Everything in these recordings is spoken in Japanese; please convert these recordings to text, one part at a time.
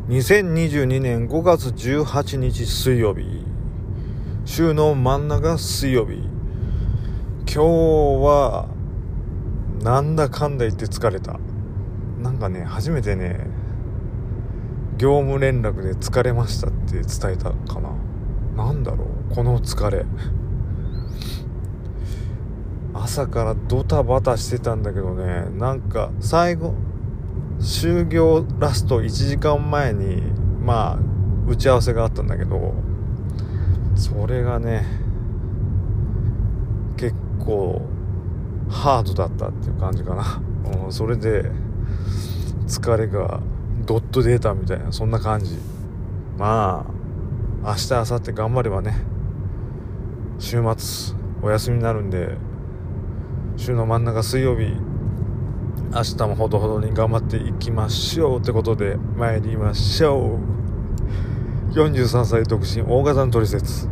2022年5月18日水曜日、週の真ん中水曜日。今日はなんだかんだ言って疲れた。なんかね、初めてね、業務連絡で疲れましたって伝えたかな。なんだろう、この疲れ。朝からドタバタしてたんだけどね、なんか最後就業ラスト1時間前に打ち合わせがあったんだけど、それがね結構ハードだったっていう感じかな、それで疲れがどっと出たみたいな、そんな感じ。明日明後日頑張ればね、週末お休みになるんで、週の真ん中水曜日、明日もほどほどに頑張っていきましょうってことで参りましょう。43歳独身大型のトリセツ。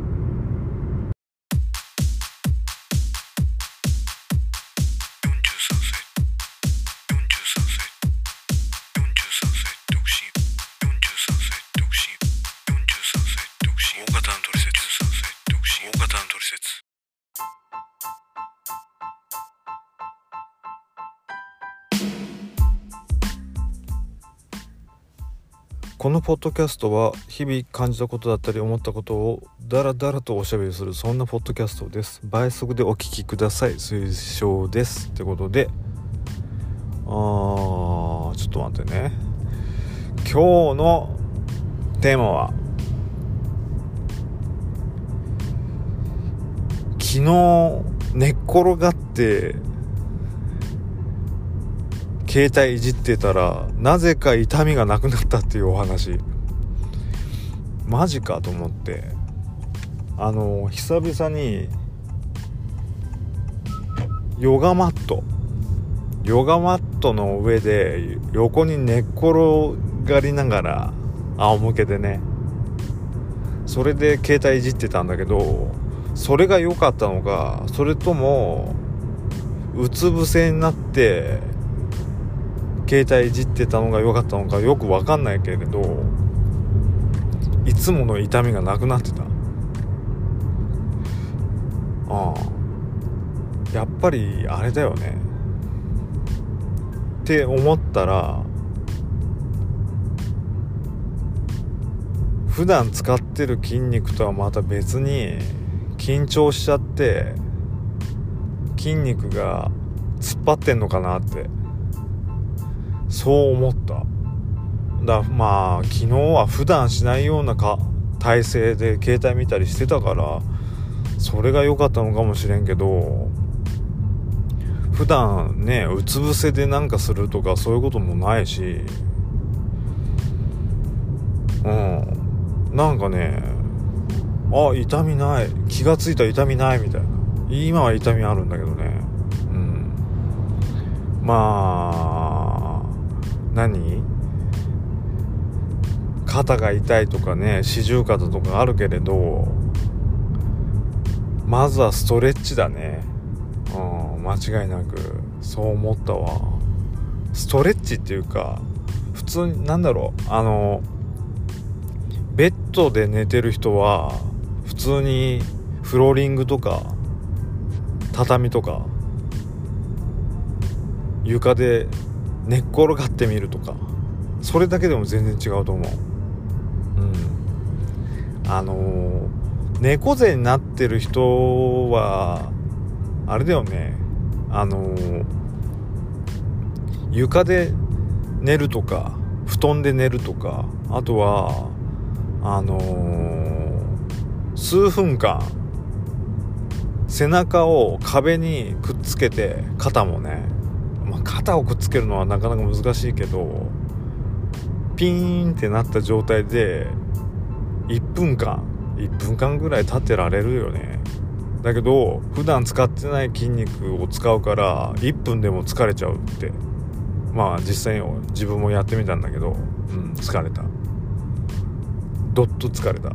このポッドキャストは日々感じたことだったり思ったことをダラダラとおしゃべりする、そんなポッドキャストです。倍速でお聞きください。推奨ですってことで、ちょっと待ってね。今日のテーマは、昨日寝っ転がって携帯いじってたらなぜか痛みがなくなったっていうお話。マジかと思って、久々にヨガマットの上で横に寝っ転がりながら仰向けでね、それで携帯いじってたんだけど、それが良かったのか、それともうつ伏せになって携帯いじってたのが良かったのかよく分かんないけれど、いつもの痛みがなくなってた。やっぱりあれだよねって思ったら、普段使ってる筋肉とはまた別に緊張しちゃって筋肉が突っ張ってんのかなって、そう思った。昨日は普段しないような体勢で携帯見たりしてたから、それが良かったのかもしれんけど、普段ねうつ伏せでなんかするとかそういうこともないし、なんかね、痛みない、気がついた痛みないみたいな。今は痛みあるんだけどね。肩が痛いとかね、四十肩とかあるけれど、まずはストレッチだね。間違いなくそう思ったわ。ストレッチっていうか、普通にベッドで寝てる人は普通にフローリングとか畳とか床で寝っ転がってみるとか、それだけでも全然違うと思う。猫背になってる人はあれだよね、床で寝るとか布団で寝るとか、あとは数分間背中を壁にくっつけて、肩もね、肩をくっつけるのはなかなか難しいけど、ピーンってなった状態で1分間ぐらい立ってられるよね。だけど普段使ってない筋肉を使うから1分でも疲れちゃうって、実際に自分もやってみたんだけど、疲れた。どっと疲れた。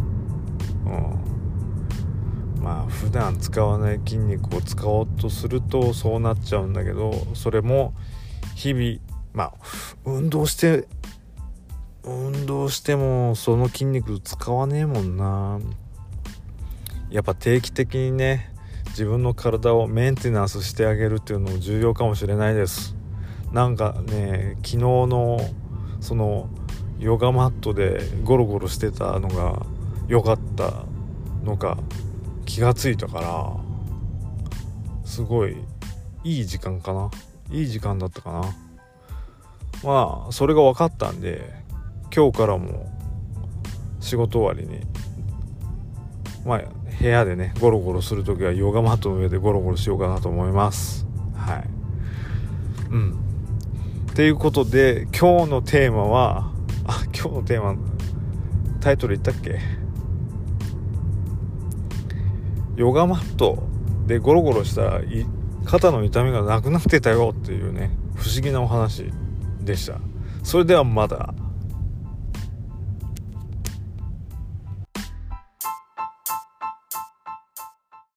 普段使わない筋肉を使おうとするとそうなっちゃうんだけど、それも日々運動して運動してもその筋肉使わねえもんな。やっぱ定期的にね、自分の体をメンテナンスしてあげるっていうのも重要かもしれないです。なんかね、昨日のそのヨガマットでゴロゴロしてたのが良かったのか気がついたから、すごいいい時間かな、いい時間だったかな。まあそれが分かったんで、今日からも仕事終わりにまあ部屋でねゴロゴロするときはヨガマットの上でゴロゴロしようかなと思います。はい。っていうことで今日のテーマは今日のテーマタイトル言ったっけ？ヨガマットでゴロゴロしたら肩の痛みがなくなってたよっていうね、不思議なお話でした。それではまた。